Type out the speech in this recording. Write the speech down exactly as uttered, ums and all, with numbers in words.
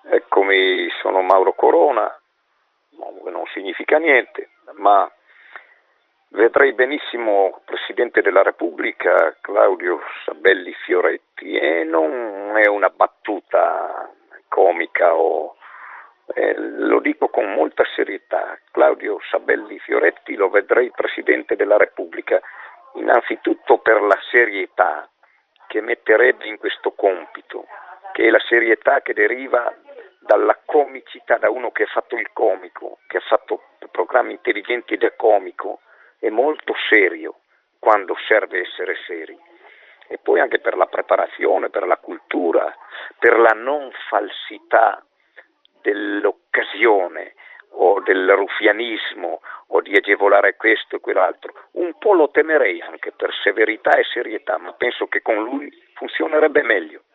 Eccomi, sono Mauro Corona, non significa niente, ma vedrei benissimo Presidente della Repubblica Claudio Sabelli Fioretti, e non è una battuta comica, o, eh, lo dico con molta serietà. Claudio Sabelli Fioretti lo vedrei Presidente della Repubblica innanzitutto per la serietà che metterebbe in questo compito, che è la serietà che deriva dalla comicità, da uno che ha fatto il comico, che ha fatto programmi intelligenti ed è comico, è molto serio quando serve essere seri. E poi anche per la preparazione, per la cultura, per la non falsità dell'occasione o del ruffianismo o di agevolare questo e quell'altro. Un po' lo temerei anche per severità e serietà, ma penso che con lui funzionerebbe meglio.